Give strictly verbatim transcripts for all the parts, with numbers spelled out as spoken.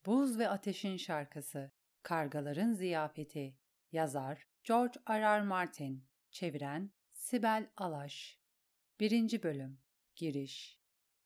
Buz ve Ateşin Şarkısı, Kargaların Ziyafeti. Yazar George R. R. Martin. Çeviren Sibel Alaş. Birinci Bölüm. Giriş.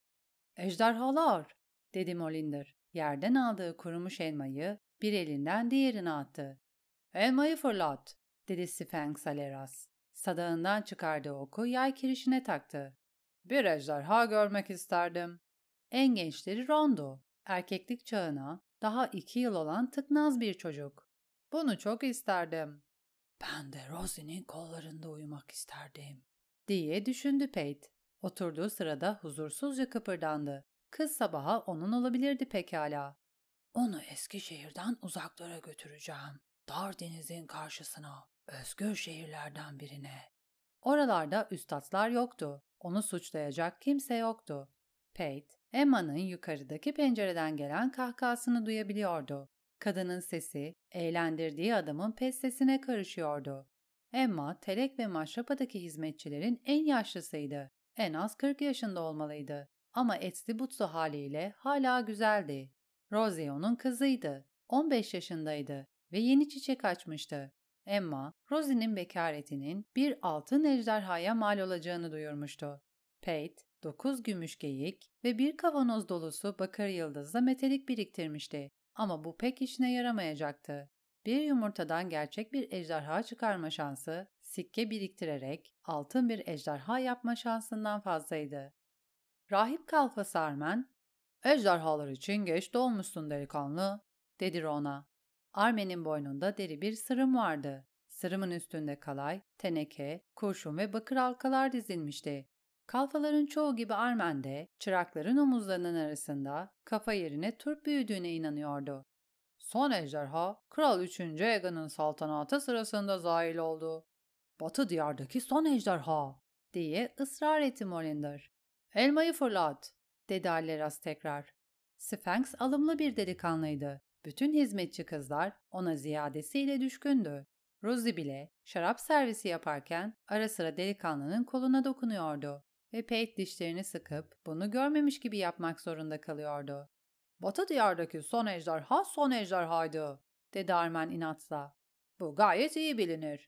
"Ejderhalar!" dedi Molinder. Yerden aldığı kurumuş elmayı bir elinden diğerine attı. "Elmayı fırlat!" dedi Sphinx Aleras. Sadağından çıkardığı oku yay kirişine taktı. "Bir ejderha görmek isterdim." En gençleri Ron'du. Erkeklik çağına daha iki yıl olan tıknaz bir çocuk. "Bunu çok isterdim." "Ben de Rosie'nin kollarında uyumak isterdim," diye düşündü Pate. Oturduğu sırada huzursuzca kıpırdandı. Kız sabaha onun olabilirdi pekala. "Onu Eskişehir'den uzaklara götüreceğim. Dar denizin karşısına, özgür şehirlerden birine." Oralarda üstatlar yoktu. Onu suçlayacak kimse yoktu. Pate, Emma'nın yukarıdaki pencereden gelen kahkahasını duyabiliyordu. Kadının sesi, eğlendirdiği adamın pes sesine karışıyordu. Emma, telek ve maşrapadaki hizmetçilerin en yaşlısıydı. En az kırk yaşında olmalıydı. Ama etli butlu haliyle hala güzeldi. Rosie onun kızıydı. on beş yaşındaydı ve yeni çiçek açmıştı. Emma, Rosie'nin bekaretinin bir altın ejderhaya mal olacağını duyurmuştu. Pate, dokuz gümüş geyik ve bir kavanoz dolusu bakır yıldızla metelik biriktirmişti. Ama bu pek işine yaramayacaktı. Bir yumurtadan gerçek bir ejderha çıkarma şansı, sikke biriktirerek altın bir ejderha yapma şansından fazlaydı. Rahip Kalfası Armen, "Ejderhalar için geç doğmuşsun delikanlı," dedi Ron'a. Armen'in boynunda deri bir sırım vardı. Sırımın üstünde kalay, teneke, kurşun ve bakır halkalar dizilmişti. Kalfaların çoğu gibi Armen de çırakların omuzlarının arasında kafa yerine turp büyüdüğüne inanıyordu. "Son ejderha, Kral üçüncü Aegon'un saltanatı sırasında zahil oldu." "Batı diyardaki son ejderha," diye ısrar etti Molinder. "Elmayı fırlat," dedi Alleras tekrar. Sphinx alımlı bir delikanlıydı. Bütün hizmetçi kızlar ona ziyadesiyle düşkündü. Rosie bile şarap servisi yaparken ara sıra delikanlının koluna dokunuyordu ve Pate dişlerini sıkıp bunu görmemiş gibi yapmak zorunda kalıyordu. "Batı diyardaki son ejderha son ejderhaydı," dedi Armen inatla. "Bu gayet iyi bilinir."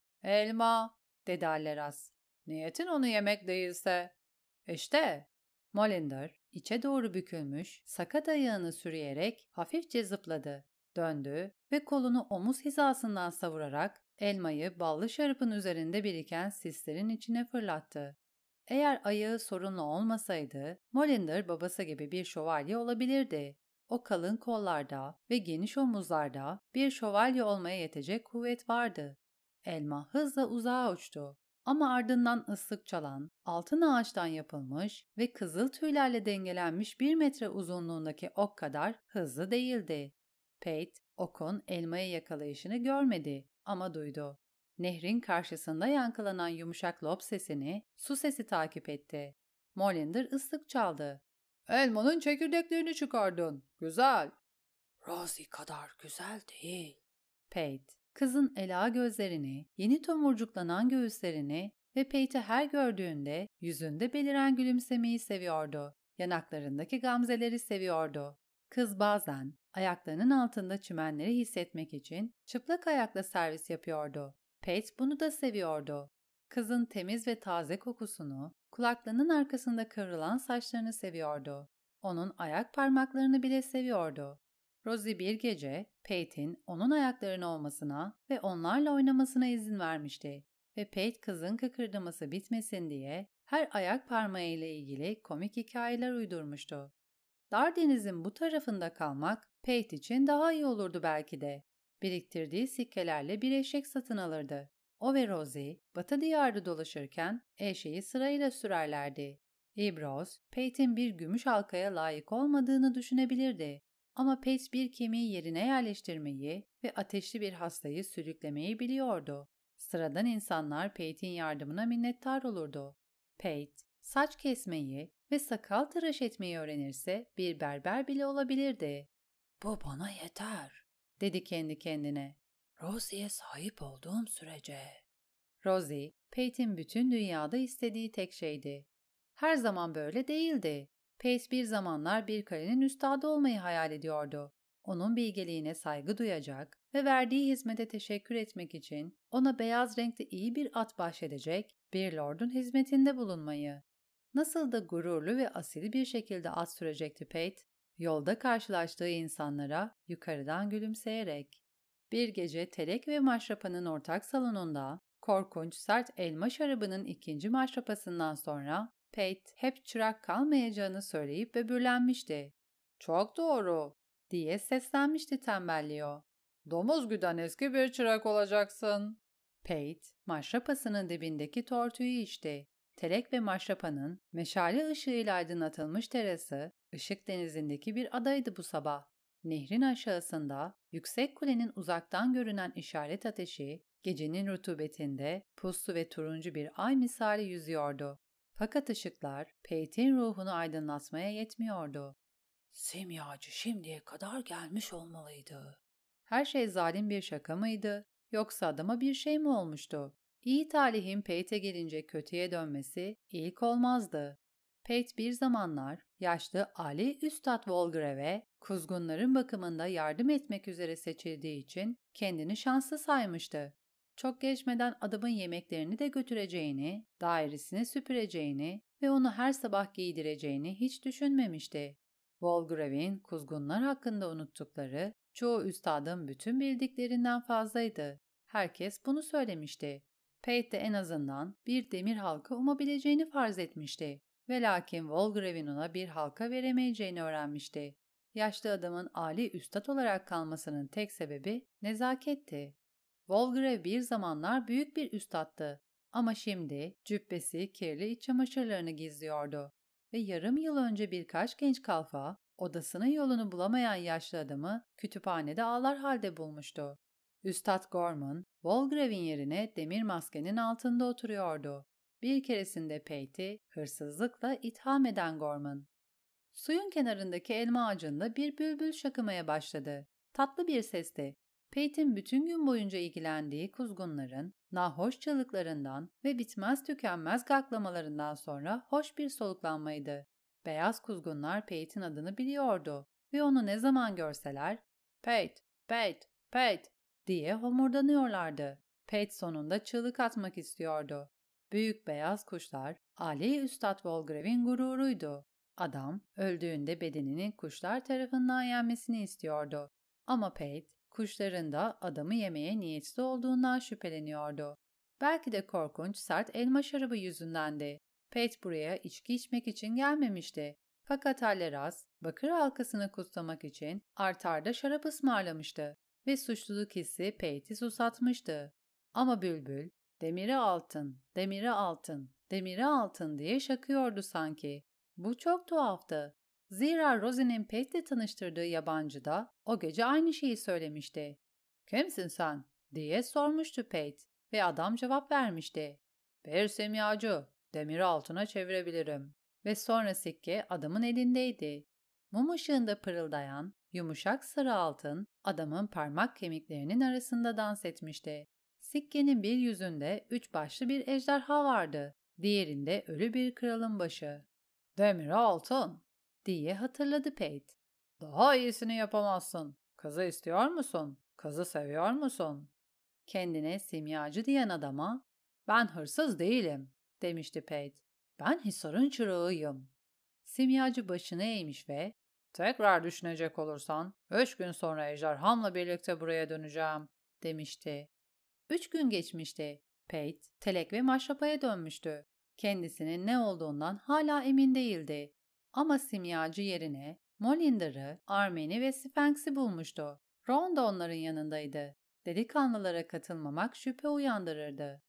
"Elma," dedi Alleras. "Niyetin onu yemek değilse." "İşte." Molinder, içe doğru bükülmüş, sakat ayağını sürüyerek hafifçe zıpladı, döndü ve kolunu omuz hizasından savurarak elmayı ballı şarapın üzerinde biriken sislerin içine fırlattı. Eğer ayağı sorunlu olmasaydı, Molinder babası gibi bir şövalye olabilirdi. O kalın kollarda ve geniş omuzlarda bir şövalye olmaya yetecek kuvvet vardı. Elma hızla uzağa uçtu. Ama ardından ıslık çalan, altın ağaçtan yapılmış ve kızıl tüylerle dengelenmiş bir metre uzunluğundaki ok kadar hızlı değildi. Pate, okun elmayı yakalayışını görmedi ama duydu. Nehrin karşısında yankılanan yumuşak lob sesini, su sesi takip etti. Molinder ıslık çaldı. "Elmanın çekirdeklerini çıkardın. Güzel." "Rosie kadar güzel değil." Pate, kızın ela gözlerini, yeni tomurcuklanan göğüslerini ve Pate'i her gördüğünde yüzünde beliren gülümsemeyi seviyordu. Yanaklarındaki gamzeleri seviyordu. Kız bazen ayaklarının altında çimenleri hissetmek için çıplak ayakla servis yapıyordu. Pate bunu da seviyordu. Kızın temiz ve taze kokusunu, kulaklarının arkasında kıvrılan saçlarını seviyordu. Onun ayak parmaklarını bile seviyordu. Rosie bir gece Pate'in onun ayaklarının olmasına ve onlarla oynamasına izin vermişti ve Pate kızın kıkırdaması bitmesin diye her ayak parmağı ile ilgili komik hikayeler uydurmuştu. Dar denizin bu tarafında kalmak Pate için daha iyi olurdu belki de. Biriktirdiği sikkelerle bir eşek satın alırdı. O ve Rosie Batı diyarı dolaşırken eşeği sırayla sürerlerdi. Ibroz, Pate'in bir gümüş halkaya layık olmadığını düşünebilirdi. Ama Pate bir kemiği yerine yerleştirmeyi ve ateşli bir hastayı sürüklemeyi biliyordu. Sıradan insanlar Pate'in yardımına minnettar olurdu. Pate, saç kesmeyi ve sakal tıraş etmeyi öğrenirse bir berber bile olabilirdi. "Bu bana yeter," dedi kendi kendine. "Rosie'ye sahip olduğum sürece." Rosie, Pate'in bütün dünyada istediği tek şeydi. Her zaman böyle değildi. Pate bir zamanlar bir kalenin üstadı olmayı hayal ediyordu. onun bilgeliğine saygı duyacak ve verdiği hizmete teşekkür etmek için ona beyaz renkli iyi bir at bahşedecek bir lordun hizmetinde bulunmayı. Nasıl da gururlu ve asil bir şekilde at sürecekti Pate, yolda karşılaştığı insanlara yukarıdan gülümseyerek. Bir gece Telek ve Maşrapa'nın ortak salonunda, korkunç sert elma şarabının ikinci maşrapasından sonra Pate hep çırak kalmayacağını söyleyip böbürlenmişti. "Çok doğru," diye seslenmişti tembel Leo. "Domuz güden eski bir çırak olacaksın." Pate, maşrapasının dibindeki tortuyu içti. Telek ve maşrapanın meşale ışığıyla aydınlatılmış terası, ışık denizindeki bir adaydı bu sabah. Nehrin aşağısında, yüksek kulenin uzaktan görünen işaret ateşi, gecenin rutubetinde puslu ve turuncu bir ay misali yüzüyordu. Fakat ışıklar, Pate'in ruhunu aydınlatmaya yetmiyordu. Simyacı şimdiye kadar gelmiş olmalıydı. Her şey zalim bir şaka mıydı? Yoksa adama bir şey mi olmuştu? İyi talihin Pate'e gelince kötüye dönmesi ilk olmazdı. Pate bir zamanlar yaşlı Ali Üstad Volgrave'e kuzgunların bakımında yardım etmek üzere seçildiği için kendini şanslı saymıştı. Çok geçmeden adamın yemeklerini de götüreceğini, dairesini süpüreceğini ve onu her sabah giydireceğini hiç düşünmemişti. Volgrave'in kuzgunlar hakkında unuttukları çoğu üstadın bütün bildiklerinden fazlaydı. Herkes bunu söylemişti. Pate de en azından bir demir halka umabileceğini farz etmişti. Ve lakin Volgrave'in ona bir halka veremeyeceğini öğrenmişti. Yaşlı adamın âli üstad olarak kalmasının tek sebebi nezaketti. Volgrave bir zamanlar büyük bir üstattı. Ama şimdi cübbesi kirli iç çamaşırlarını gizliyordu. Ve yarım yıl önce birkaç genç kalfa, odasının yolunu bulamayan yaşlı adamı kütüphanede ağlar halde bulmuştu. Üstad Gorman, Volgrave'in yerine demir maskenin altında oturuyordu. Bir keresinde Pate'i hırsızlıkla itham eden Gorman. Suyun kenarındaki elma ağacında bir bülbül şakımaya başladı. Tatlı bir sesti. Pate'in bütün gün boyunca ilgilendiği kuzgunların nahoş çığlıklarından ve bitmez tükenmez gaklamalarından sonra hoş bir soluklanmaydı. Beyaz kuzgunlar Pate'in adını biliyordu ve onu ne zaman görseler "Pate, Pate, Pate" diye homurdanıyorlardı. Pate sonunda çığlık atmak istiyordu. Büyük beyaz kuşlar Ali Üstad Volgrave'in gururuydu. Adam öldüğünde bedeninin kuşlar tarafından yenmesini istiyordu. Ama Pate kuşların da adamı yemeye niyetli olduğundan şüpheleniyordu. Belki de korkunç sert elma şarabı yüzündendi. Pate buraya içki içmek için gelmemişti. Fakat Halleras bakır halkasını kutsamak için artarda şarap ısmarlamıştı ve suçluluk hissi Pate'i susatmıştı. Ama bülbül "Demiri altın, demiri altın, demiri altın" diye şakıyordu sanki. Bu çok tuhaftı. Zira Rosie'nin Pate'le tanıştırdığı yabancı da o gece aynı şeyi söylemişti. "Kimsin sen?" diye sormuştu Pate ve adam cevap vermişti. "Bir simyacı, demiri altına çevirebilirim." Ve sonra sikke adamın elindeydi. Mum ışığında pırıldayan, yumuşak sarı altın adamın parmak kemiklerinin arasında dans etmişti. Sikkenin bir yüzünde üç başlı bir ejderha vardı, diğerinde ölü bir kralın başı. "Demiri altın," diye hatırladı Pate. "Daha iyisini yapamazsın. Kızı istiyor musun? Kızı seviyor musun?" Kendine simyacı diyen adama "Ben hırsız değilim," demişti Pate. "Ben Hisar'ın çırağıyım." Simyacı başını eğmiş ve "Tekrar düşünecek olursan üç gün sonra ejderhamla birlikte buraya döneceğim," demişti. Üç gün geçmişti. Pate, Telek ve Maşrapa'ya dönmüştü. Kendisinin ne olduğundan hala emin değildi. Ama simyacı yerine Molinder'ı, Armen'i ve Sphinx'i bulmuştu. Ron da onların yanındaydı. Delikanlılara katılmamak şüphe uyandırırdı.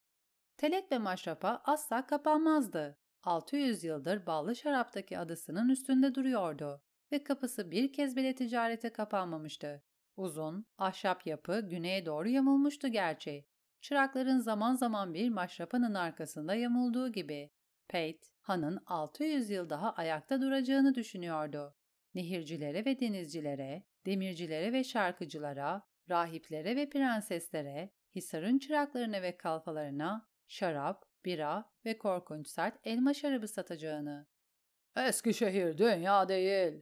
Telek ve Maşrapa asla kapanmazdı. altı yüz yıldır ballı şaraptaki adasının üstünde duruyordu ve kapısı bir kez bile ticarete kapanmamıştı. Uzun, ahşap yapı güneye doğru yamulmuştu gerçi. Çırakların zaman zaman bir maşrapanın arkasında yamulduğu gibi. Pate, Han'ın altı yüz yıl daha ayakta duracağını düşünüyordu. Nehircilere ve denizcilere, demircilere ve şarkıcılara, rahiplere ve prenseslere, Hisar'ın çıraklarına ve kalfalarına şarap, bira ve korkunç sert elma şarabı satacağını. "Eskişehir dünya değil,"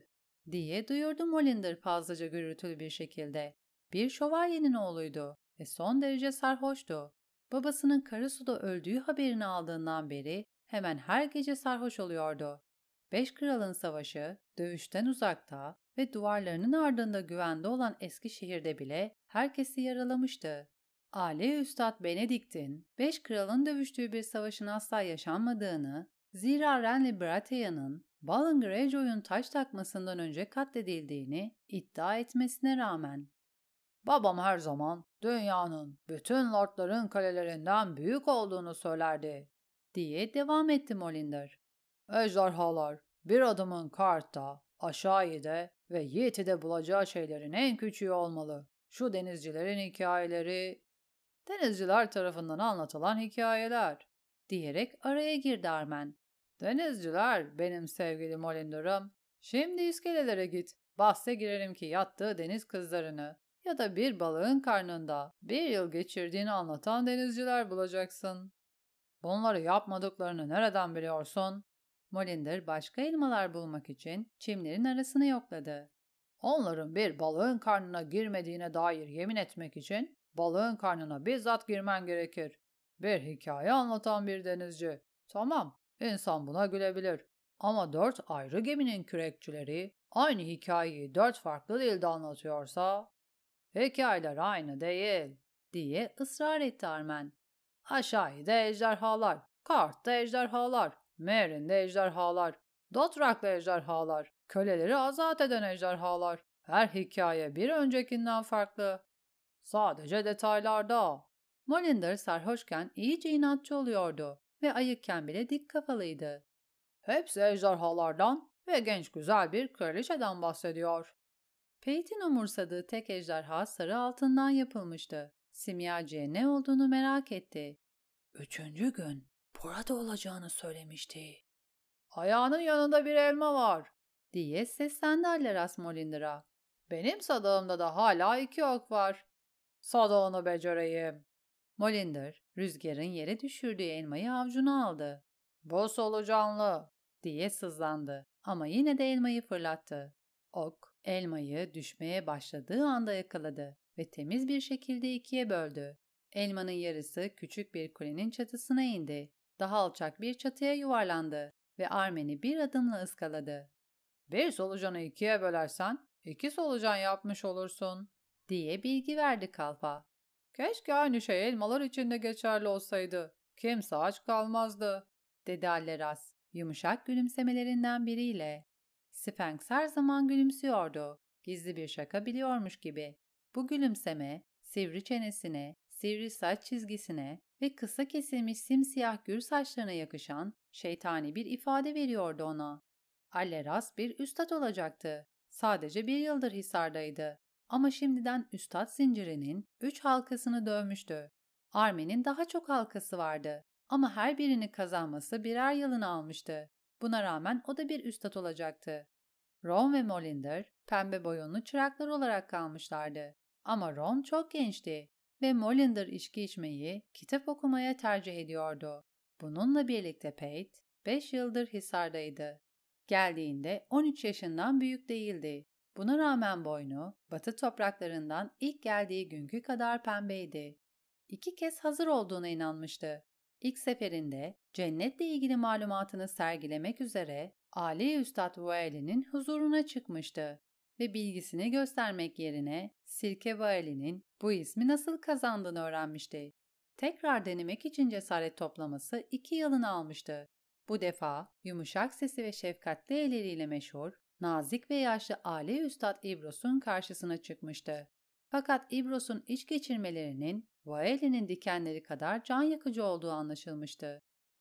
diye duyurdu Molinder fazlaca gürültülü bir şekilde. Bir şövalyenin oğluydu ve son derece sarhoştu. Babasının Karasu'da öldüğü haberini aldığından beri hemen her gece sarhoş oluyordu. Beş Kralın Savaşı, dövüşten uzakta ve duvarlarının ardında güvende olan Eskişehir'de bile herkesi yaralamıştı. Ali Üstad Benedikt'in Beş Kral'ın dövüştüğü bir savaşın asla yaşanmadığını, zira Renly Baratheon'un Balon Greyjoy'un taş takmasından önce katledildiğini iddia etmesine rağmen. Babam her zaman dünyanın bütün lordların kalelerinden büyük olduğunu söylerdi, diye devam etti Molinder. Ejderhalar bir adamın kartta, aşağıda ve Yeti'de bulacağı şeylerin en küçüğü olmalı. Şu denizcilerin hikayeleri, denizciler tarafından anlatılan hikayeler, diyerek araya girdi Armen. Denizciler benim sevgili Molinder'ım. Şimdi iskelelere git. Bahse girerim ki yattığı deniz kızlarını ya da bir balığın karnında bir yıl geçirdiğini anlatan denizciler bulacaksın. Bunları yapmadıklarını nereden biliyorsun? Molinder başka elmalar bulmak için çimlerin arasını yokladı. Onların bir balığın karnına girmediğine dair yemin etmek için balığın karnına bizzat girmen gerekir. Bir hikaye anlatan bir denizci. Tamam, insan buna gülebilir. Ama dört ayrı geminin kürekçileri aynı hikayeyi dört farklı dilde anlatıyorsa, hikayeler aynı değil, diye ısrar etti Armen. Aşağıda ejderhalar, Kart'ta ejderhalar, Merin'de ejderhalar, Dothrak'ta ejderhalar, köleleri azat eden ejderhalar. Her hikaye bir öncekinden farklı. Sadece detaylarda. Molinder sarhoşken iyice inatçı oluyordu ve ayıkken bile dik kafalıydı. Hepsi ejderhalardan ve genç güzel bir kraliçeden bahsediyor. Peyton umursadığı tek ejderha sarı altından yapılmıştı. Simyacıya ne olduğunu merak etti. Üçüncü gün burada olacağını söylemişti. Ayağının yanında bir elma var, diye seslendi Alleras Molinder'a. Benim sadağımda da hala iki ok var. Sadağını becereyim. Molinder, rüzgarın yere düşürdüğü elmayı avucuna aldı. Bu solucanlı, diye sızlandı ama yine de elmayı fırlattı. Ok, elmayı düşmeye başladığı anda yakaladı ve temiz bir şekilde ikiye böldü. Elmanın yarısı küçük bir kulenin çatısına indi. Daha alçak bir çatıya yuvarlandı ve Armen'i bir adımla ıskaladı. Bir solucanı ikiye bölersen iki solucan yapmış olursun, diye bilgi verdi kalfa. Keşke aynı şey elmalar için de geçerli olsaydı. Kimse aç kalmazdı, dedi Alleras, yumuşak gülümsemelerinden biriyle. Sphinx her zaman gülümsüyordu, gizli bir şaka biliyormuş gibi. Bu gülümseme, sivri çenesine, sivri saç çizgisine ve kısa kesilmiş simsiyah gür saçlarına yakışan şeytani bir ifade veriyordu ona. Alleras bir üstad olacaktı. Sadece bir yıldır Hisar'daydı. Ama şimdiden üstad zincirinin üç halkasını dövmüştü. Armen'in daha çok halkası vardı. Ama her birini kazanması birer yılını almıştı. Buna rağmen o da bir üstad olacaktı. Ron ve Molinder pembe boyunlu çıraklar olarak kalmışlardı. Ama Ron çok gençti ve Molinder içki içmeyi, kitap okumaya tercih ediyordu. Bununla birlikte Pate beş yıldır Hisar'daydı. Geldiğinde on üç yaşından büyük değildi. Buna rağmen boynu, batı topraklarından ilk geldiği günkü kadar pembeydi. İki kez hazır olduğuna inanmıştı. İlk seferinde cennetle ilgili malumatını sergilemek üzere Ali Üstad Vaeli'nin huzuruna çıkmıştı ve bilgisini göstermek yerine Sirke Vaeli'nin bu ismi nasıl kazandığını öğrenmişti. Tekrar denemek için cesaret toplaması iki yılını almıştı. Bu defa yumuşak sesi ve şefkatli elleriyle meşhur, nazik ve yaşlı Ali Üstad İbros'un karşısına çıkmıştı. Fakat İbros'un iç geçirmelerinin Vaeli'nin dikenleri kadar can yakıcı olduğu anlaşılmıştı.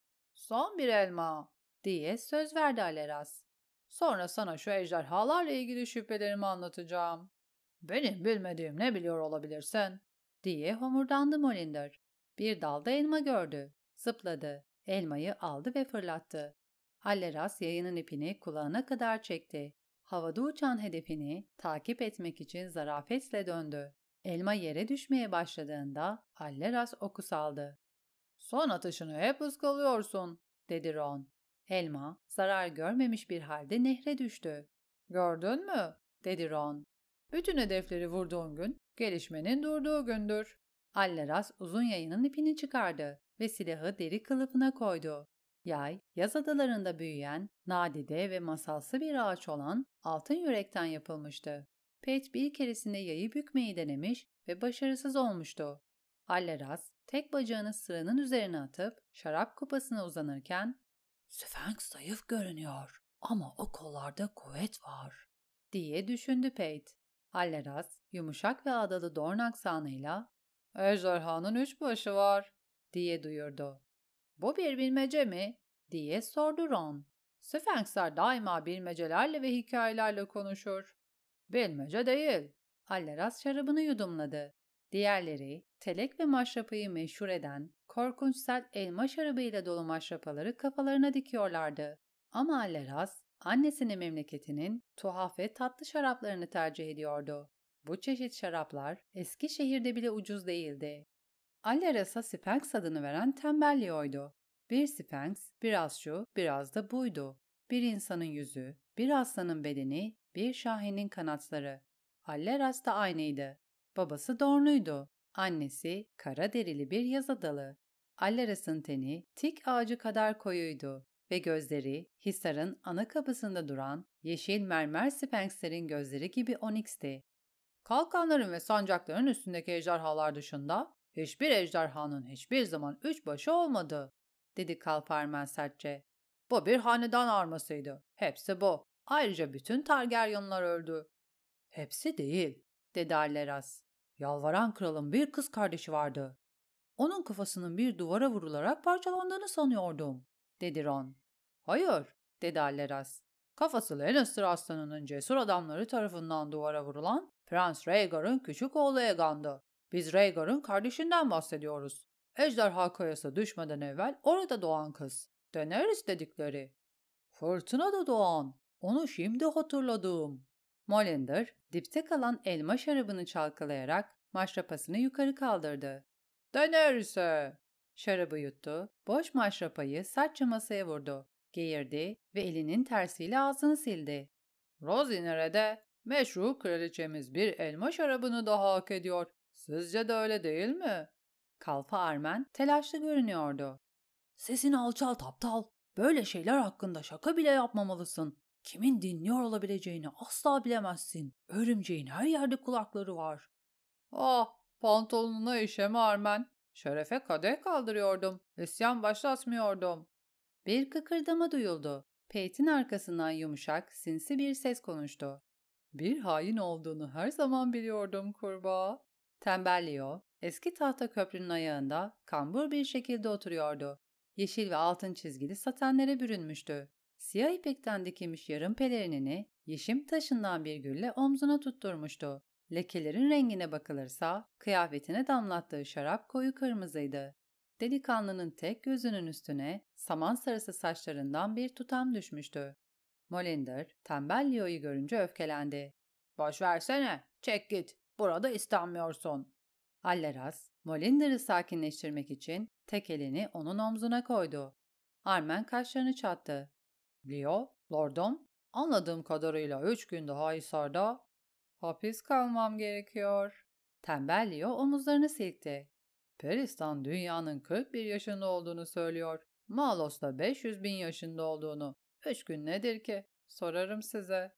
"Son bir elma," diye söz verdi Alleras. "Sonra sana şu ejderhalarla ilgili şüphelerimi anlatacağım. Benim bilmediğim ne biliyor olabilirsin?" diye homurdandı Molinder. Bir dalda elma gördü. Zıpladı. Elmayı aldı ve fırlattı. Alleras yayının ipini kulağına kadar çekti. Havada uçan hedefini takip etmek için zarafetle döndü. Elma yere düşmeye başladığında Alleras oku saldı. "Son atışını hep ıskalıyorsun," dedi Ron. Elma zarar görmemiş bir halde nehre düştü. Gördün mü? Dedi Ron. Bütün hedefleri vurduğun gün, gelişmenin durduğu gündür. Alleras uzun yayının ipini çıkardı ve silahı deri kılıfına koydu. Yay, yaz adalarında büyüyen, nadide ve masalsı bir ağaç olan altın yürekten yapılmıştı. Pate bir keresinde yayı bükmeyi denemiş ve başarısız olmuştu. Alleras, tek bacağını sıranın üzerine atıp şarap kupasına uzanırken, "Sphinx zayıf görünüyor ama o kollarda kuvvet var," diye düşündü Pate. Alleras, yumuşak ve ağdalı Dorn aksanıyla, "Ejderhanın üç başı var," diye duyurdu. "Bu bir bilmece mi?" diye sordu Ron. "Sphinxler daima bilmecelerle ve hikayelerle konuşur." "Bilmece değil." Alleras şarabını yudumladı. Diğerleri, telek ve maşrapayı meşhur eden, korkunç sert elma şarabıyla dolu maşrapaları kafalarına dikiyorlardı. Ama Alleras, annesinin memleketinin tuhaf ve tatlı şaraplarını tercih ediyordu. Bu çeşit şaraplar Eskişehir'de bile ucuz değildi. Alleras'a Sphinx adını veren tembel Leo'ydu. Bir Sphinx, biraz şu, biraz da buydu. Bir insanın yüzü, bir aslanın bedeni, bir şahinin kanatları. Alleras da aynıydı. Babası Dorn'uydu. Annesi kara derili bir yaz adalı. Alleras'ın teni tik ağacı kadar koyuydu ve gözleri Hisar'ın ana kapısında duran yeşil mermer Sphinx'lerin gözleri gibi oniksti. "Kalkanların ve sancakların üstündeki ejderhalar dışında hiçbir ejderhanın hiçbir zaman üç başı olmadı," dedi Kalparmen sertçe. "Bu bir hanedan armasıydı. Hepsi bu. Ayrıca bütün Targaryenlar öldü." "Hepsi değil," dedi Alleras. "Yalvaran kralın bir kız kardeşi vardı. Onun kafasının bir duvara vurularak parçalandığını sanıyordum," dedi Ron. "Hayır," dedi Alleras. "Kafası Lannister aslanının cesur adamları tarafından duvara vurulan Prens Rhaegar'ın küçük oğlu Aegon'du. Biz Rhaegar'ın kardeşinden bahsediyoruz. Ejderha Kayası düşmeden evvel orada doğan kız. Daenerys dedikleri." "Fırtınada doğan. Onu şimdi hatırladım." Molinder, dipte kalan elma şarabını çalkalayarak maşrapasını yukarı kaldırdı. "Daenerys'e!" Şarabı yuttu, boş maşrapayı sertçe masaya vurdu, geğirdi ve elinin tersiyle ağzını sildi. "Rosie nerede? Meşru kraliçemiz bir elma şarabını daha hak ediyor. Sizce de öyle değil mi?" Kalfa Armen telaşlı görünüyordu. "Sesini alçalt aptal. Böyle şeyler hakkında şaka bile yapmamalısın. Kimin dinliyor olabileceğini asla bilemezsin. Örümceğin her yerde kulakları var." "Ah, pantolonuna işeme Armen. Şerefe kadeh kaldırıyordum. İsyan başlatmıyordum." Bir kıkırdama duyuldu. Pate'in arkasından yumuşak, sinsi bir ses konuştu. "Bir hain olduğunu her zaman biliyordum kurbağa." Tembel Leo, eski tahta köprünün ayağında kambur bir şekilde oturuyordu. Yeşil ve altın çizgili satenlere bürünmüştü. Siyah ipekten dikilmiş yarım pelerinini yeşim taşından bir gülle omzuna tutturmuştu. Lekelerin rengine bakılırsa kıyafetine damlattığı şarap koyu kırmızıydı. Delikanlının tek gözünün üstüne saman sarısı saçlarından bir tutam düşmüştü. Molinder, tembel Leo'yu görünce öfkelendi. "Boş versene, çek git. Burada istenmiyorsun." Alleras, Molinder'ı sakinleştirmek için tek elini onun omzuna koydu. Armen kaşlarını çattı. "Leo, lordum, anladığım kadarıyla üç gün daha Hisar'da hapis kalmam gerekiyor." Tembel Leo omuzlarını silkti. "Peristan dünyanın kırk bir yaşında olduğunu söylüyor. Malos da beş yüz bin yaşında olduğunu. Üç gün nedir ki? Sorarım size."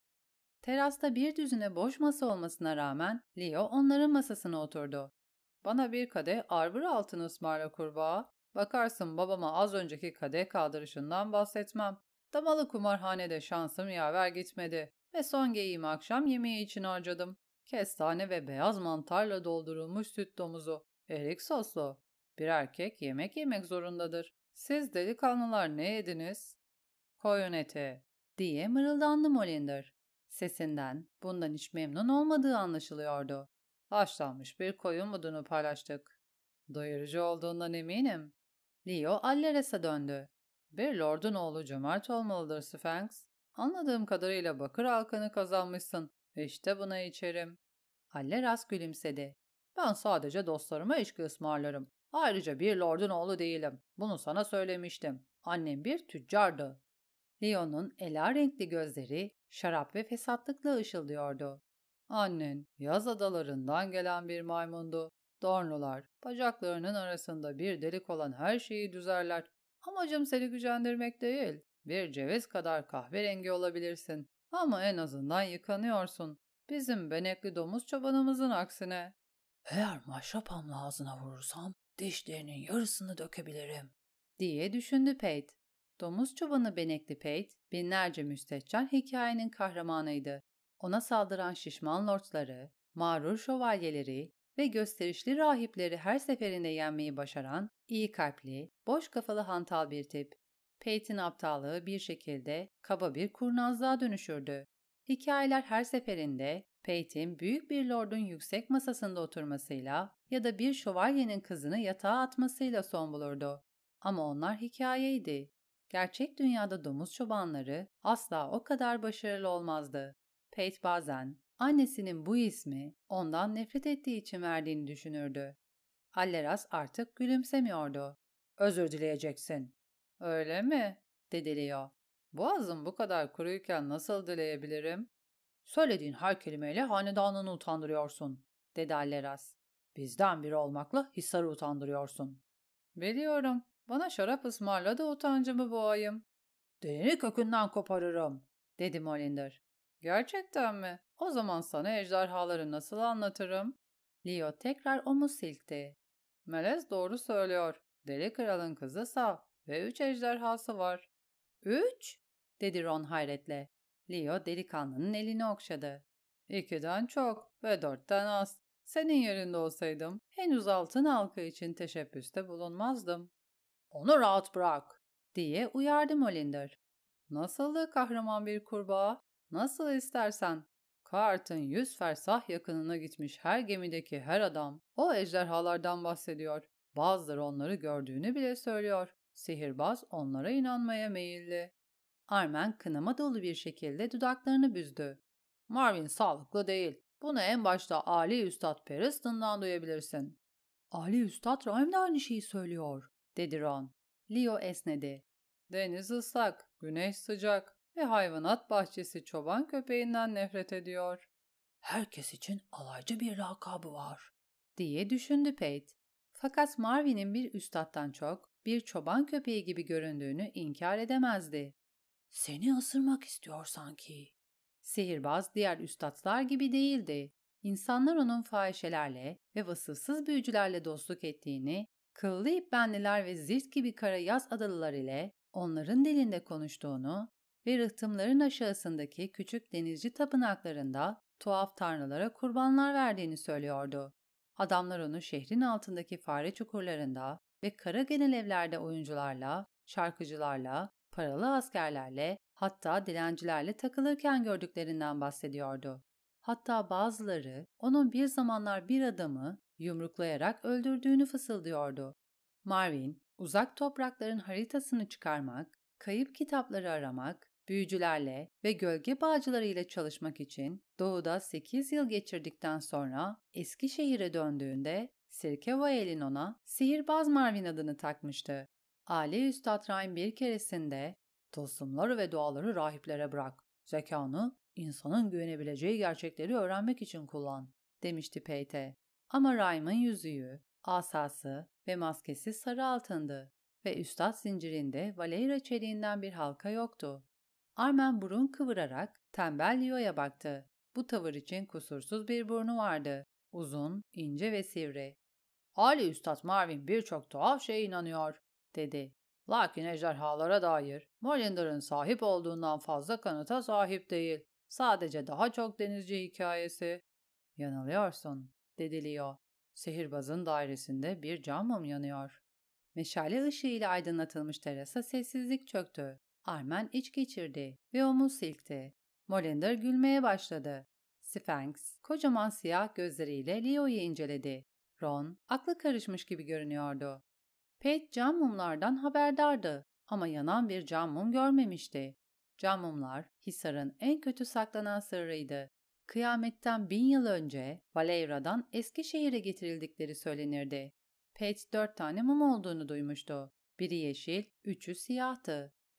Terasta bir düzine boş masa olmasına rağmen Leo onların masasına oturdu. "Bana bir kadeh arbor altını ısmarla kurbağa. Bakarsın babama az önceki kadeh kaldırışından bahsetmem. Damalı kumarhanede şansım yaver gitmedi ve son geyiğimi akşam yemeği için harcadım. Kestane ve beyaz mantarla doldurulmuş süt domuzu, erik soslu. Bir erkek yemek yemek zorundadır. Siz delikanlılar ne yediniz?" "Koyun eti," diye mırıldandı Molinder. Sesinden bundan hiç memnun olmadığı anlaşılıyordu. "Haşlanmış bir koyun budunu paylaştık." "Doyurucu olduğundan eminim." Leo Alleres'e döndü. "Bir lordun oğlu cömert olmalıdır Sphinx. Anladığım kadarıyla bakır halkanı kazanmışsın. İşte buna içerim." Alleras gülümsedi. "Ben sadece dostlarıma içki ısmarlarım. Ayrıca bir lordun oğlu değilim. Bunu sana söylemiştim. Annem bir tüccardı." Leo'nun ela renkli gözleri şarap ve fesatlıkla ışıldıyordu. Annen yaz adalarından gelen bir maymundu. Dornolar bacaklarının arasında bir delik olan her şeyi düzerler. Amacım seni gücendirmek değil. Bir ceviz kadar kahverengi olabilirsin. Ama en azından yıkanıyorsun. Bizim benekli domuz çobanımızın aksine. Eğer maşrapamla ağzına vurursam dişlerinin yarısını dökebilirim, diye düşündü Pate. Domuz çobanı benekli Pate, binlerce müstehcen hikayenin kahramanıydı. Ona saldıran şişman lordları, mağrur şövalyeleri ve gösterişli rahipleri her seferinde yenmeyi başaran, iyi kalpli, boş kafalı hantal bir tip. Pate'in aptallığı bir şekilde kaba bir kurnazlığa dönüşürdü. Hikayeler her seferinde Pate'in büyük bir lordun yüksek masasında oturmasıyla ya da bir şövalyenin kızını yatağa atmasıyla son bulurdu. Ama onlar hikayeydi. Gerçek dünyada domuz çobanları asla o kadar başarılı olmazdı. Pate bazen annesinin bu ismi ondan nefret ettiği için verdiğini düşünürdü. Alleras artık gülümsemiyordu. Özür dileyeceksin. Öyle mi? Dedi Leo. Boğazım bu kadar kuruyken nasıl dileyebilirim? Söylediğin her kelimeyle hanedanını utandırıyorsun, dedi Alleras. Bizden biri olmakla Hisar'ı utandırıyorsun. Biliyorum. Bana şarap ısmarla da utancımı boğayım. Dilini kökünden koparırım, dedi Molinder. Gerçekten mi? O zaman sana ejderhaları nasıl anlatırım? Leo tekrar omuz silkti. Melez doğru söylüyor. Deli kralın kızı sağ ve üç ejderhası var. Üç? Dedi Ron hayretle. Leo delikanlının elini okşadı. İkiden çok ve dörtten az. Senin yerinde olsaydım henüz altın halka için teşebbüste bulunmazdım. Onu rahat bırak, diye uyardı Molinder. Nasıldı kahraman bir kurbağa? Nasıl istersen. Kart'ın yüz fersah yakınına gitmiş her gemideki her adam o ejderhalardan bahsediyor. Bazıları onları gördüğünü bile söylüyor. Sihirbaz onlara inanmaya meyilli. Armen kınama dolu bir şekilde dudaklarını büzdü. Marvin sağlıklı değil. Bunu en başta Ali Üstad Periston'dan duyabilirsin. Ali Üstad Rahim de aynı şeyi söylüyor, dedi Ron. Leo esnedi. Deniz ıslak, güneş sıcak ve hayvanat bahçesi çoban köpeğinden nefret ediyor. Herkes için alaycı bir lakabı var, diye düşündü Pate. Fakat Marvin'in bir üstattan çok bir çoban köpeği gibi göründüğünü inkar edemezdi. Seni ısırmak istiyor sanki. Sihirbaz diğer üstatlar gibi değildi. İnsanlar onun fahişelerle ve vasıfsız büyücülerle dostluk ettiğini, kıllı ipbenliler ve zift gibi kara yaz adalılar ile onların dilinde konuştuğunu ve rıhtımların aşağısındaki küçük denizci tapınaklarında tuhaf tanrılara kurbanlar verdiğini söylüyordu. Adamlar onu şehrin altındaki fare çukurlarında ve kara genel evlerde oyuncularla, şarkıcılarla, paralı askerlerle, hatta dilencilerle takılırken gördüklerinden bahsediyordu. Hatta bazıları onun bir zamanlar bir adamı yumruklayarak öldürdüğünü fısıldıyordu. Marvin, uzak toprakların haritasını çıkarmak, kayıp kitapları aramak, büyücülerle ve gölge bağcılarıyla çalışmak için doğuda sekiz yıl geçirdikten sonra Eskişehir'e döndüğünde Sirkevael'in ona Sihirbaz Marvin adını takmıştı. Ali Üstad Rahim bir keresinde tılsımları ve duaları rahiplere bırak. Zekanı insanın güvenebileceği gerçekleri öğrenmek için kullan, demişti Pate. Ama Rahim'in yüzüğü, asası ve maskesi sarı altındı ve üstad zincirinde Valeyra çeliğinden bir halka yoktu. Armen burun kıvırarak tembel Leo'ya baktı. Bu tavır için kusursuz bir burnu vardı. Uzun, ince ve sivri. Ali Üstad Marvin birçok tuhaf şeye inanıyor, dedi. Lakin ejderhalara dair Molinder'ın sahip olduğundan fazla kanıta sahip değil. Sadece daha çok denizci hikayesi. Yanılıyorsun, dedi Leo. Sihirbazın dairesinde bir cam mum yanıyor. Meşale ışığıyla aydınlatılmış terasa sessizlik çöktü. Armen iç geçirdi ve omuz silkti. Molinder gülmeye başladı. Sphinx, kocaman siyah gözleriyle Leo'yu inceledi. Ron, aklı karışmış gibi görünüyordu. Pate cam mumlardan haberdardı ama yanan bir cam mum görmemişti. Cam mumlar, Hisar'ın en kötü saklanan sırrıydı. Kıyametten bin yıl önce Valeyra'dan Eskişehir'e getirildikleri söylenirdi. Pate dört tane mum olduğunu duymuştu. Biri yeşil, üçü siyahtı.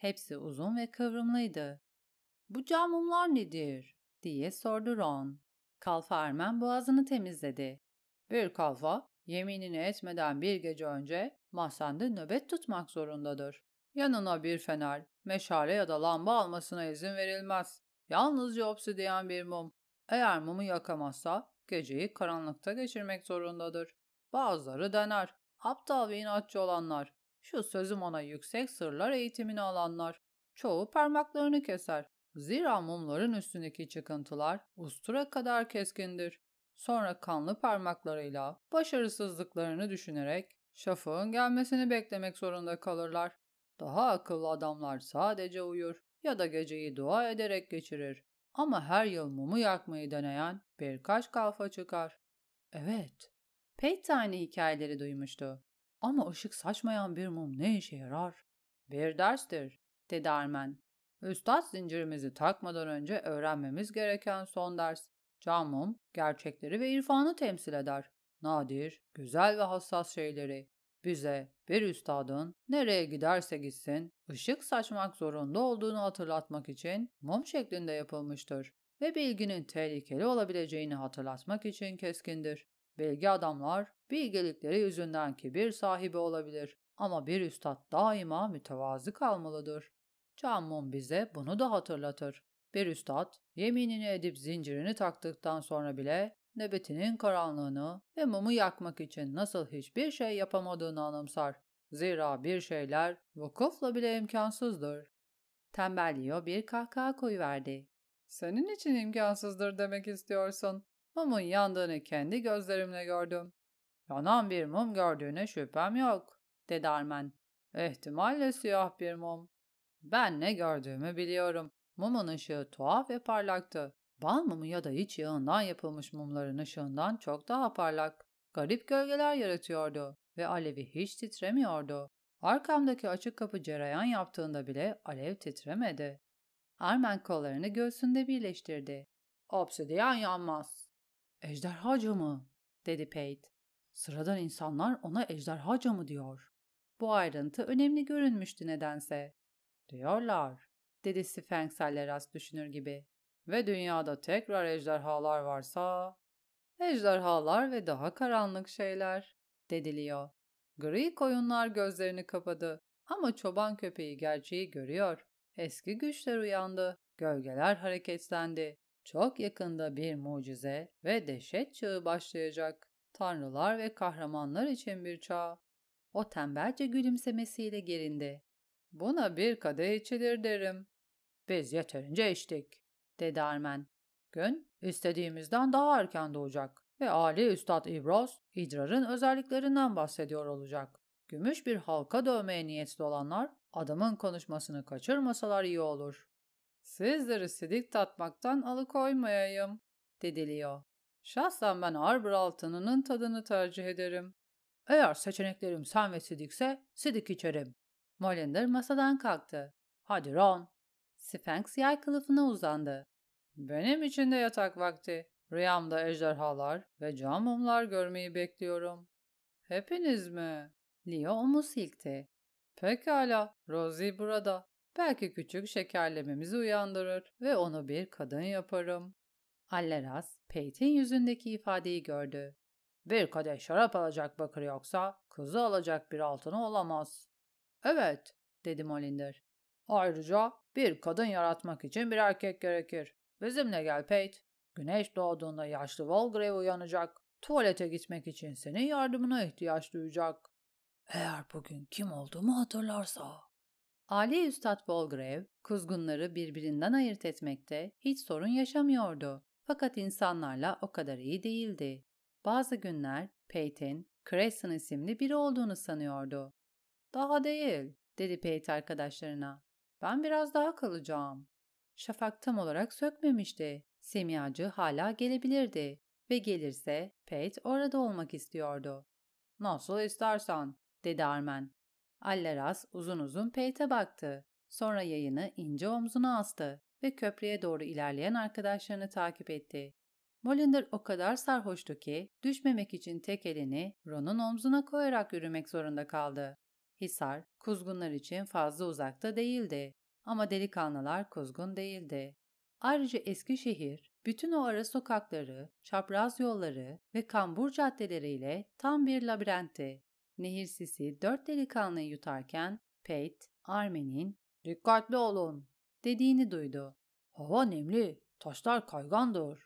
Hepsi uzun ve kıvrımlıydı. "Bu cam mumlar nedir?" diye sordu Ron. Kalfa Armen boğazını temizledi. "Bir kalfa, yeminini etmeden bir gece önce mahzende nöbet tutmak zorundadır. Yanına bir fener, meşale ya da lamba almasına izin verilmez. Yalnızca obsidiyen bir mum. Eğer mumu yakamazsa geceyi karanlıkta geçirmek zorundadır. Bazıları dener. Aptal ve inatçı olanlar. Şu sözüm ona yüksek sırlar eğitimini alanlar. Çoğu parmaklarını keser. Zira mumların üstündeki çıkıntılar ustura kadar keskindir. Sonra kanlı parmaklarıyla başarısızlıklarını düşünerek şafağın gelmesini beklemek zorunda kalırlar. Daha akıllı adamlar sadece uyur ya da geceyi dua ederek geçirir. Ama her yıl mumu yakmayı deneyen birkaç kalfa çıkar." Evet, pek de aynı hikayeleri duymuştu. "Ama ışık saçmayan bir mum ne işe yarar?" "Bir derstir," dedi Armen. "Üstad zincirimizi takmadan önce öğrenmemiz gereken son ders. Cam mum, gerçekleri ve irfanı temsil eder. Nadir, güzel ve hassas şeyleri. Bize, bir üstadın nereye giderse gitsin, ışık saçmak zorunda olduğunu hatırlatmak için mum şeklinde yapılmıştır ve bilginin tehlikeli olabileceğini hatırlatmak için keskindir. Bilgi adamlar bilgelikleri yüzünden kibir sahibi olabilir ama bir üstad daima mütevazı kalmalıdır. Cam mum bize bunu da hatırlatır. Bir üstad yeminini edip zincirini taktıktan sonra bile nöbetinin karanlığını ve mumu yakmak için nasıl hiçbir şey yapamadığını anımsar. Zira bir şeyler vukufla bile imkansızdır." Tembel Leo bir kahkaha koyuverdi. "Senin için imkansızdır demek istiyorsun. Mumun yandığını kendi gözlerimle gördüm." "Yanan bir mum gördüğüne şüphem yok," dedi Armen. "İhtimalle siyah bir mum." "Ben ne gördüğümü biliyorum. Mumun ışığı tuhaf ve parlaktı. Bal mumu ya da iç yağından yapılmış mumların ışığından çok daha parlak. Garip gölgeler yaratıyordu ve alevi hiç titremiyordu. Arkamdaki açık kapı cereyan yaptığında bile alev titremedi." Armen kollarını göğsünde birleştirdi. "Obsidiyen yanmaz." "Ejderha camı," dedi Pate. "Sıradan insanlar ona ejderha camı diyor." Bu ayrıntı önemli görünmüştü nedense. "Diyorlar," dedi Sphinx Alleras düşünür gibi. "Ve dünyada tekrar ejderhalar varsa..." "Ejderhalar ve daha karanlık şeyler," dedi Leo. Gri koyunlar gözlerini kapadı ama çoban köpeği gerçeği görüyor. Eski güçler uyandı, gölgeler hareketlendi. Çok yakında bir mucize ve dehşet çağı başlayacak. Tanrılar ve kahramanlar için bir çağ. O tembelce gülümsemesiyle gerindi. "Buna bir kadeh içilir derim." "Biz yeterince içtik," dedi Armen. "Gün istediğimizden daha erken doğacak ve Ali Üstad İbros, idrarın özelliklerinden bahsediyor olacak. Gümüş bir halka dövmeye niyetli olanlar adamın konuşmasını kaçırmasalar iyi olur." "Sizleri sidik tatmaktan alıkoymayayım," dedi Leo. "Şahsen ben arbor altınının tadını tercih ederim." "Eğer seçeneklerim sen ve sidikse sidik içerim." Molinder masadan kalktı. "Hadi Ron." Sphinx yay kılıfına uzandı. "Benim için de yatak vakti. Rüyamda ejderhalar ve cam mumlar görmeyi bekliyorum." "Hepiniz mi?" Leo omuz silkti. "Pekala, Rosie burada. Belki küçük şekerlememizi uyandırır ve onu bir kadın yaparım." Alleras, Pate'in yüzündeki ifadeyi gördü. "Bir kadeh şarap alacak bakır yoksa kızı alacak bir altını olamaz." "Evet," dedi Molinder. "Ayrıca bir kadın yaratmak için bir erkek gerekir. Bizimle gel Pate. Güneş doğduğunda yaşlı Walgrave uyanacak. Tuvalete gitmek için senin yardımına ihtiyaç duyacak." "Eğer bugün kim olduğumu hatırlarsa." Ali Üstad Walgrave, kuzgunları birbirinden ayırt etmekte hiç sorun yaşamıyordu. Fakat insanlarla o kadar iyi değildi. Bazı günler Pate'in Cresson isimli biri olduğunu sanıyordu. "Daha değil," dedi Pate arkadaşlarına. "Ben biraz daha kalacağım." Şafak tam olarak sökmemişti. Simyacı hala gelebilirdi ve gelirse Pate orada olmak istiyordu. "Nasıl istersen," dedi Armen. Alleras uzun uzun Pate'e baktı. Sonra yayını ince omzuna astı ve köprüye doğru ilerleyen arkadaşlarını takip etti. Molinder o kadar sarhoştu ki düşmemek için tek elini Ron'un omzuna koyarak yürümek zorunda kaldı. Hisar, kuzgunlar için fazla uzakta değildi. Ama delikanlılar kuzgun değildi. Ayrıca Eskişehir, bütün o ara sokakları, çapraz yolları ve kambur caddeleriyle tam bir labirentti. Nehir sisi dört delikanlıyı yutarken Pate, Armin'in "Dikkatli olun" dediğini duydu. "Hava nemli, taşlar kaygandır."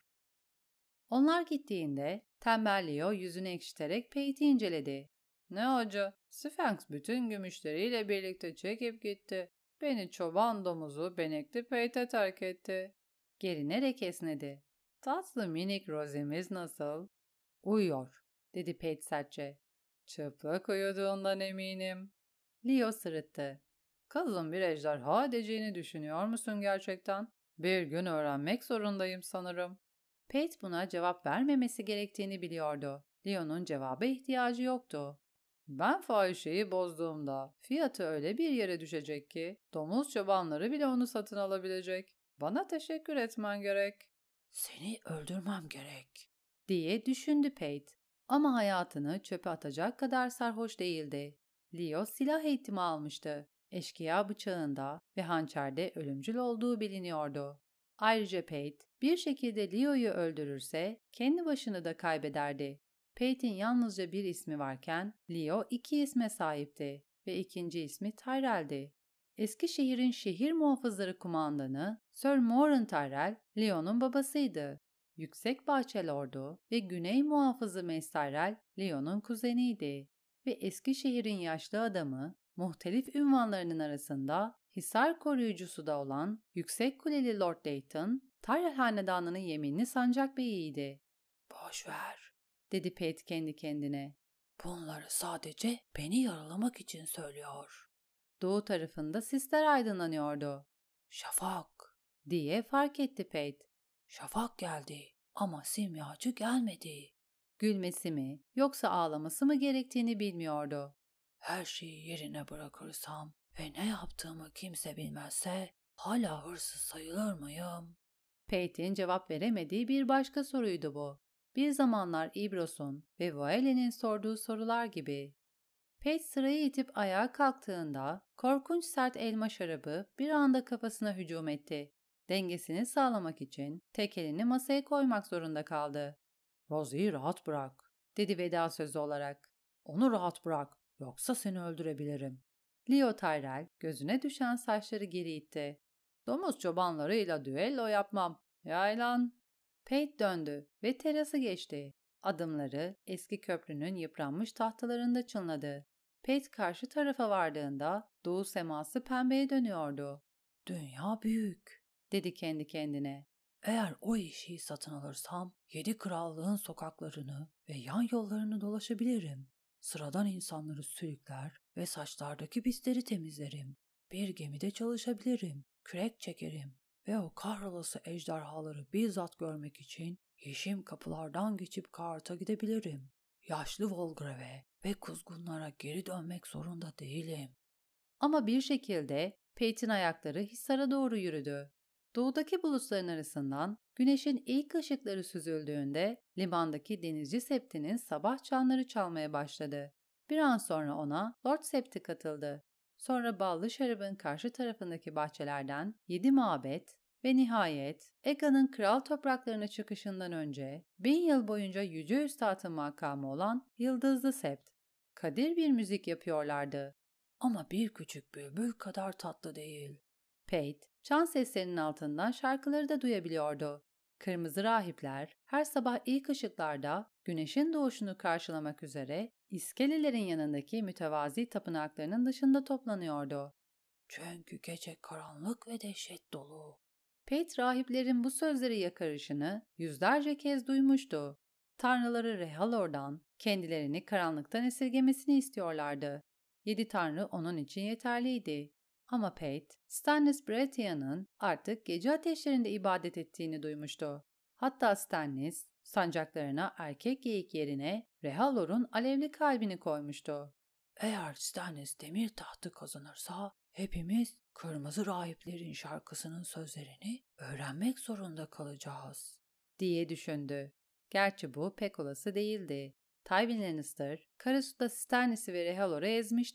Onlar gittiğinde tembel Leo yüzünü ekşiterek Pate'i inceledi. "Ne acı, Sphinx bütün gümüşleriyle birlikte çekip gitti. Beni çoban domuzu benekli Pate'e terk etti." Gerinerek esnedi. "Tatlı minik Rosie'miz nasıl?" "Uyuyor," dedi Pate sertçe. "Çıplak uyuduğundan eminim." Leo sırıttı. "Kızım bir ejderha edeceğini düşünüyor musun gerçekten? Bir gün öğrenmek zorundayım sanırım." Pate buna cevap vermemesi gerektiğini biliyordu. Leo'nun cevaba ihtiyacı yoktu. "Ben fahişeyi bozduğumda fiyatı öyle bir yere düşecek ki domuz çobanları bile onu satın alabilecek. Bana teşekkür etmen gerek." "Seni öldürmem gerek," diye düşündü Pate. Ama hayatını çöpe atacak kadar sarhoş değildi. Leo silah eğitimi almıştı. Eşkıya bıçağında ve hançerde ölümcül olduğu biliniyordu. Ayrıca Pate bir şekilde Leo'yu öldürürse kendi başını da kaybederdi. Pate'in yalnızca bir ismi varken Leo iki isme sahipti ve ikinci ismi Tyrell'di. Eskişehir'in şehir muhafızları kumandanı Sir Moran Tyrell, Leo'nun babasıydı. Yüksek Bahçe Lordu ve Güney Muhafızı Mace Tyrell, Leo'nun kuzeniydi. Ve Eskişehir'in yaşlı adamı, muhtelif ünvanlarının arasında Hisar koruyucusu da olan Yüksek Kuleli Lord Dayton, Tyrell hanedanının yeminli sancak beyiydi. "Boş ver," dedi Pate kendi kendine. "Bunları sadece beni yaralamak için söylüyor." Doğu tarafında sisler aydınlanıyordu. "Şafak," diye fark etti Pate. "Şafak geldi ama simyacı gelmedi." Gülmesi mi yoksa ağlaması mı gerektiğini bilmiyordu. "Her şeyi yerine bırakırsam ve ne yaptığımı kimse bilmezse hala hırsız sayılır mıyım?" Pate'in cevap veremediği bir başka soruydu bu. Bir zamanlar İbros'un ve Vaele'nin sorduğu sorular gibi. Pate sırayı itip ayağa kalktığında korkunç sert elma şarabı bir anda kafasına hücum etti. Dengesini sağlamak için tek elini masaya koymak zorunda kaldı. "Rosie'yi rahat bırak," dedi veda sözü olarak. "Onu rahat bırak, yoksa seni öldürebilirim." Leo Tyrell gözüne düşen saçları geri itti. "Domuz çobanlarıyla düello yapmam. Yaylan." Pate döndü ve terası geçti. Adımları eski köprünün yıpranmış tahtalarında çınladı. Pate karşı tarafa vardığında doğu seması pembeye dönüyordu. "Dünya büyük," dedi kendi kendine. "Eğer o işi satın alırsam yedi krallığın sokaklarını ve yan yollarını dolaşabilirim. Sıradan insanları sürükler ve saçlardaki pisleri temizlerim. Bir gemide çalışabilirim, kürek çekerim ve o kahrolası ejderhaları bizzat görmek için yeşim kapılardan geçip Kaart'a gidebilirim. Yaşlı Volgrave ve kuzgunlara geri dönmek zorunda değilim." Ama bir şekilde Pate'in ayakları Hisar'a doğru yürüdü. Doğudaki bulutların arasından güneşin ilk ışıkları süzüldüğünde limandaki denizci Septi'nin sabah çanları çalmaya başladı. Bir an sonra ona Lord Septi katıldı. Sonra ballı şarabın karşı tarafındaki bahçelerden yedi mabet ve nihayet Egga'nın kral topraklarına çıkışından önce bin yıl boyunca Yüce Üstad'ın makamı olan Yıldızlı Sept. Kadir bir müzik yapıyorlardı. Ama bir küçük bülbül kadar tatlı değil. Pate, çan seslerinin altından şarkıları da duyabiliyordu. Kırmızı rahipler her sabah ilk ışıklarda güneşin doğuşunu karşılamak üzere iskelelerin yanındaki mütevazi tapınaklarının dışında toplanıyordu. "Çünkü gece karanlık ve dehşet dolu." Pate rahiplerin bu sözleri yakarışını yüzlerce kez duymuştu. Tanrıları Rehalor'dan kendilerini karanlıktan esirgemesini istiyorlardı. Yedi tanrı onun için yeterliydi. Ama Pate, Stannis Baratheon'ın artık gece ateşlerinde ibadet ettiğini duymuştu. Hatta Stannis, sancaklarına erkek geyik yerine Rehalor'un alevli kalbini koymuştu. "Eğer Stannis demir tahtı kazanırsa hepimiz kırmızı rahiplerin şarkısının sözlerini öğrenmek zorunda kalacağız," diye düşündü. Gerçi bu pek olası değildi. Tywin Lannister, Karasu'da Stannis'i ve Rhaegalor'u ezmişti.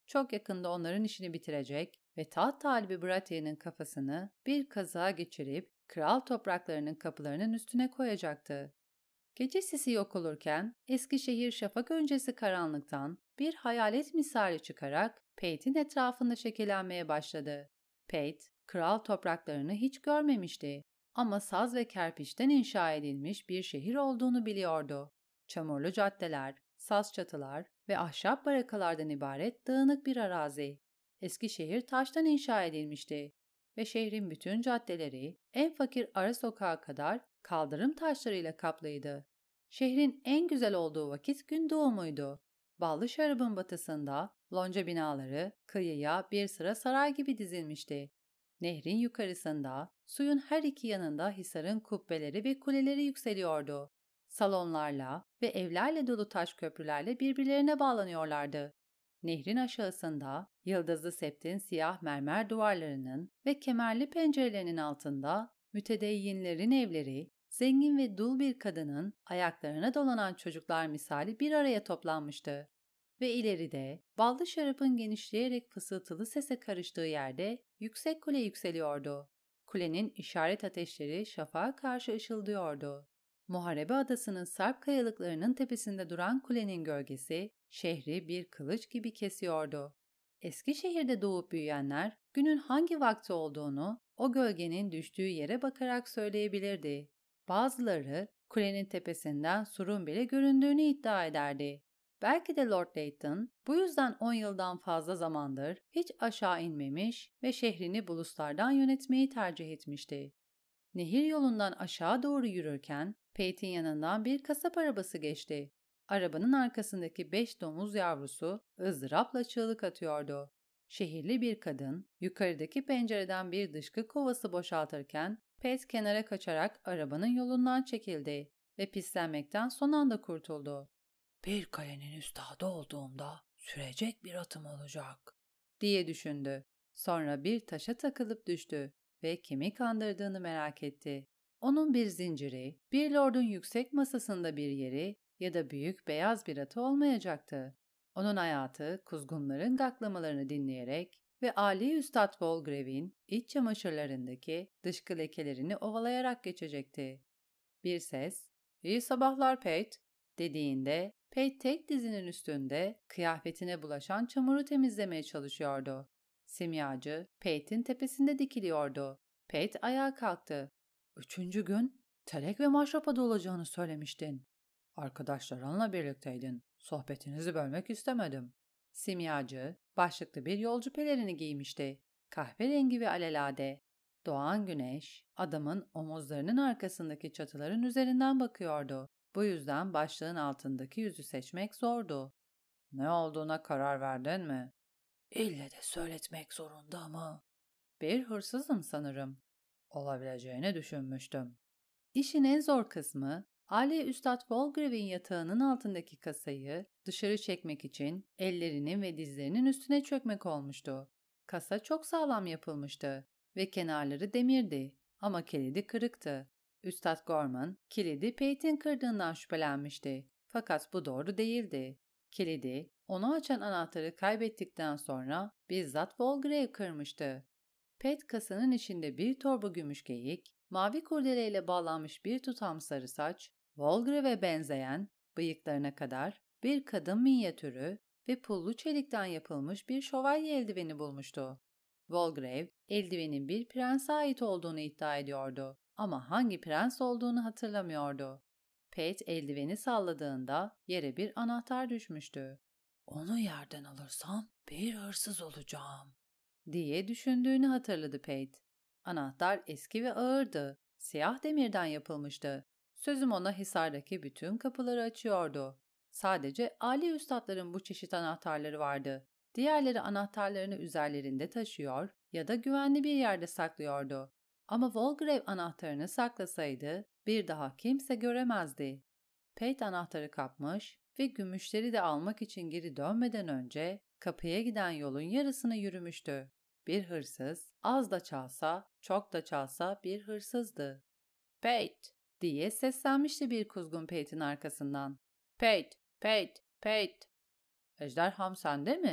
çok yakında onların işini bitirecek ve taht talibi Baratheon'un kafasını bir kazığa geçirip kral topraklarının kapılarının üstüne koyacaktı. Gece sisi yok olurken Eskişehir şafak öncesi karanlıktan bir hayalet misali çıkarak Peyt'in etrafında şekillenmeye başladı. Peyt, kral topraklarını hiç görmemişti ama saz ve kerpiçten inşa edilmiş bir şehir olduğunu biliyordu. Çamurlu caddeler, saz çatılar ve ahşap barakalardan ibaret dağınık bir arazi. Eskişehir taştan inşa edilmişti ve şehrin bütün caddeleri en fakir ara sokağa kadar kaldırım taşlarıyla kaplıydı. Şehrin en güzel olduğu vakit gün doğumuydu. Ballı şarabın batısında lonca binaları kıyıya bir sıra saray gibi dizilmişti. Nehrin yukarısında suyun her iki yanında hisarın kubbeleri ve kuleleri yükseliyordu. Salonlarla ve evlerle dolu taş köprülerle birbirlerine bağlanıyorlardı. Nehrin aşağısında yıldızlı septin siyah mermer duvarlarının ve kemerli pencerelerinin altında mütedeyyinlerin evleri, zengin ve dul bir kadının ayaklarına dolanan çocuklar misali bir araya toplanmıştı. Ve ileride, ballı şarabın genişleyerek fısıltılı sese karıştığı yerde yüksek kule yükseliyordu. Kulenin işaret ateşleri şafağa karşı ışıldıyordu. Muharebe Adası'nın sarp kayalıklarının tepesinde duran kulenin gölgesi, şehri bir kılıç gibi kesiyordu. Eskişehir'de doğup büyüyenler, günün hangi vakti olduğunu o gölgenin düştüğü yere bakarak söyleyebilirdi. Bazıları, kulenin tepesinden surun bile göründüğünü iddia ederdi. Belki de Lord Leighton bu yüzden on yıldan fazla zamandır hiç aşağı inmemiş ve şehrini buluslardan yönetmeyi tercih etmişti. Nehir yolundan aşağı doğru yürürken Peyt'in yanından bir kasap arabası geçti. Arabanın arkasındaki beş domuz yavrusu ızdırapla çığlık atıyordu. Şehirli bir kadın yukarıdaki pencereden bir dışkı kovası boşaltırken Peyt kenara kaçarak arabanın yolundan çekildi ve pislenmekten son anda kurtuldu. "Bir kalenin üstadı olduğumda sürecek bir atım olacak," diye düşündü. Sonra bir taşa takılıp düştü ve kimi kandırdığını merak etti. Onun bir zinciri, bir lordun yüksek masasında bir yeri ya da büyük beyaz bir atı olmayacaktı. Onun hayatı kuzgunların gaklamalarını dinleyerek ve Ali Üstad Walgrave'in iç çamaşırlarındaki dışkı lekelerini ovalayarak geçecekti. Bir ses, "İyi sabahlar Pate," dediğinde Pate tek dizinin üstünde kıyafetine bulaşan çamuru temizlemeye çalışıyordu. Simyacı Pate'in tepesinde dikiliyordu. Pate ayağa kalktı. "Üçüncü gün telek ve maşrapada olacağını söylemiştin. Arkadaşlarınla birlikteydin. Sohbetinizi bölmek istemedim." Simyacı başlıklı bir yolcu pelerini giymişti. Kahverengi ve alelade. Doğan güneş adamın omuzlarının arkasındaki çatıların üzerinden bakıyordu. Bu yüzden başlığın altındaki yüzü seçmek zordu. "Ne olduğuna karar verdin mi?" "İlle de söyletmek zorunda mı?" "Bir hırsızım sanırım." "Olabileceğini düşünmüştüm." İşin en zor kısmı, Ali Üstad Walgrave'in yatağının altındaki kasayı dışarı çekmek için ellerinin ve dizlerinin üstüne çökmek olmuştu. Kasa çok sağlam yapılmıştı ve kenarları demirdi ama kilidi kırıktı. Üstad Gorman, kilidi Pate'in kırdığından şüphelenmişti. Fakat bu doğru değildi. Kilidi, onu açan anahtarı kaybettikten sonra bizzat Walgrave kırmıştı. Pate kasanın içinde bir torba gümüş geyik, mavi kurdeleyle bağlanmış bir tutam sarı saç, Walgrave'e benzeyen, bıyıklarına kadar bir kadın minyatürü ve pullu çelikten yapılmış bir şövalye eldiveni bulmuştu. Walgrave, eldivenin bir prense ait olduğunu iddia ediyordu ama hangi prens olduğunu hatırlamıyordu. Pate eldiveni salladığında yere bir anahtar düşmüştü. "Onu yerden alırsam bir hırsız olacağım," diye düşündüğünü hatırladı Pate. Anahtar eski ve ağırdı. Siyah demirden yapılmıştı. Sözüm ona Hisar'daki bütün kapıları açıyordu. Sadece Ali üstadların bu çeşit anahtarları vardı. Diğerleri anahtarlarını üzerlerinde taşıyor ya da güvenli bir yerde saklıyordu. Ama Walgrave anahtarını saklasaydı bir daha kimse göremezdi. Pate anahtarı kapmış ve gümüşleri de almak için geri dönmeden önce kapıya giden yolun yarısını yürümüştü. Bir hırsız, az da çalsa, çok da çalsa bir hırsızdı. "Pate!" diye seslenmişti bir kuzgun Pate'in arkasından. "Pate! Pate! Pate!" "Ejderham sende mi?"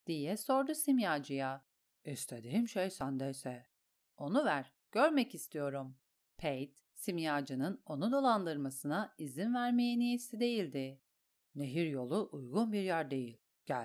diye sordu simyacıya. İstediğim şey sendeyse. Onu ver, görmek istiyorum. Pate, simyacının onu dolandırmasına izin vermeye niyetli değildi. Nehir yolu uygun bir yer değil. Gel.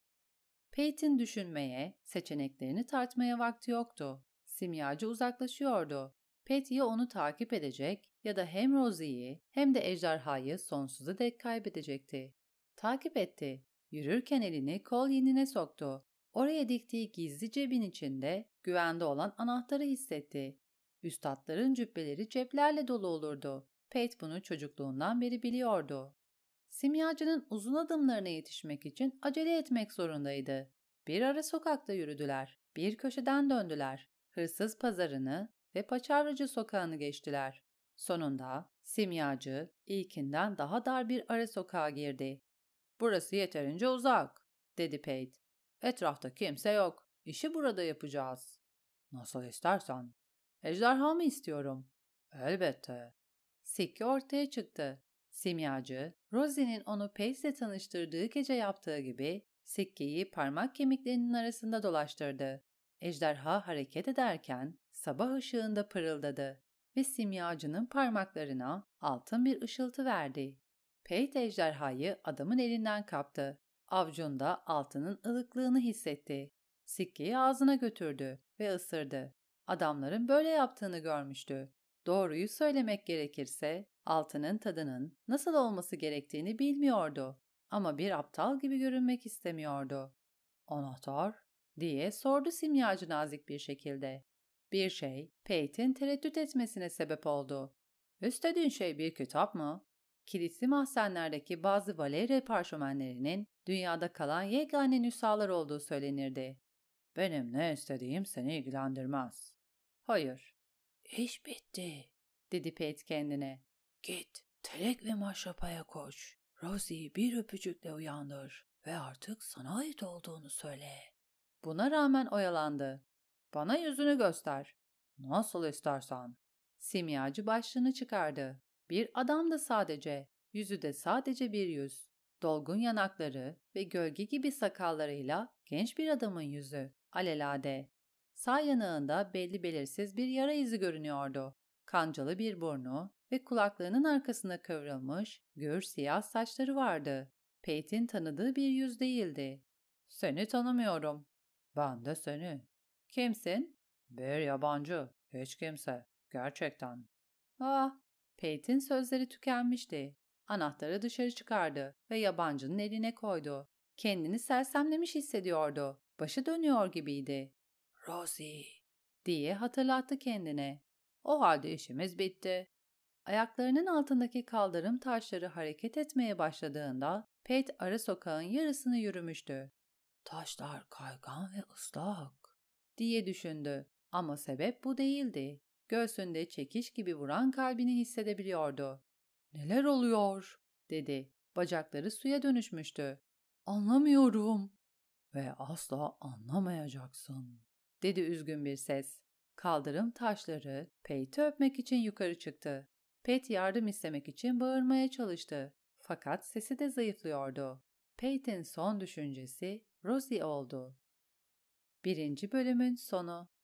Pate'in düşünmeye, seçeneklerini tartmaya vakti yoktu. Simyacı uzaklaşıyordu. Pate ya onu takip edecek ya da hem Rosie'yi hem de ejderhayı sonsuza dek kaybedecekti. Takip etti. Yürürken elini kol yenine soktu. Oraya diktiği gizli cebin içinde güvende olan anahtarı hissetti. Üstadların cübbeleri ceplerle dolu olurdu. Pate bunu çocukluğundan beri biliyordu. Simyacının uzun adımlarına yetişmek için acele etmek zorundaydı. Bir ara sokakta yürüdüler, bir köşeden döndüler, hırsız pazarını ve paçavracı sokağını geçtiler. Sonunda simyacı ilkinden daha dar bir ara sokağa girdi. "Burası yeterince uzak," dedi Pate. "Etrafta kimse yok. İşi burada yapacağız." "Nasıl istersen." "Ejderha mı istiyorum?" "Elbette." Sikke ortaya çıktı. Simyacı, Rosie'nin onu Pace'le tanıştırdığı gece yaptığı gibi sikkeyi parmak kemiklerinin arasında dolaştırdı. Ejderha hareket ederken sabah ışığında pırıldadı ve simyacının parmaklarına altın bir ışıltı verdi. Pate ejderhayı adamın elinden kaptı. Avcunda altının ılıklığını hissetti. Sikkeyi ağzına götürdü ve ısırdı. Adamların böyle yaptığını görmüştü. Doğruyu söylemek gerekirse altının tadının nasıl olması gerektiğini bilmiyordu ama bir aptal gibi görünmek istemiyordu. "Anahtar?" diye sordu simyacı nazik bir şekilde. Bir şey Pate'in tereddüt etmesine sebep oldu. "İstediğin şey bir kitap mı?" Kilitli mahzenlerdeki bazı Valerya parşömenlerinin dünyada kalan yegane nüshalar olduğu söylenirdi. "Benim ne istediğim seni ilgilendirmez." "Hayır." "İş bitti," dedi Pate kendine. "Git, telek ve maşrapaya koş. Rosie'yi bir öpücükle uyandır ve artık sana ait olduğunu söyle." Buna rağmen oyalandı. "Bana yüzünü göster." "Nasıl istersen." Simyacı başlığını çıkardı. Bir adamdı sadece. Yüzü de sadece bir yüz. Dolgun yanakları ve gölge gibi sakallarıyla genç bir adamın yüzü. Alelade. Sağ yanağında belli belirsiz bir yara izi görünüyordu. Kancalı bir burnu ve kulaklarının arkasına kıvrılmış, gür siyah saçları vardı. Pate'in tanıdığı bir yüz değildi. "Seni tanımıyorum." "Ben de seni." "Kimsin?" "Bir yabancı. Hiç kimse. Gerçekten." Ah, Pate'in sözleri tükenmişti. Anahtarı dışarı çıkardı ve yabancının eline koydu. Kendini sersemlemiş hissediyordu. Başı dönüyor gibiydi. "Rosie," diye hatırlattı kendine. "O halde işimiz bitti." Ayaklarının altındaki kaldırım taşları hareket etmeye başladığında Pate ara sokağın yarısını yürümüştü. "Taşlar kaygan ve ıslak," diye düşündü. Ama sebep bu değildi. Göğsünde çekiç gibi vuran kalbini hissedebiliyordu. "Neler oluyor?" dedi. Bacakları suya dönüşmüştü. "Anlamıyorum." "Ve asla anlamayacaksın," dedi üzgün bir ses. Kaldırım taşları Pate'i öpmek için yukarı çıktı. Pate yardım istemek için bağırmaya çalıştı. Fakat sesi de zayıflıyordu. Pate'in son düşüncesi Rosie oldu. Birinci bölümün sonu.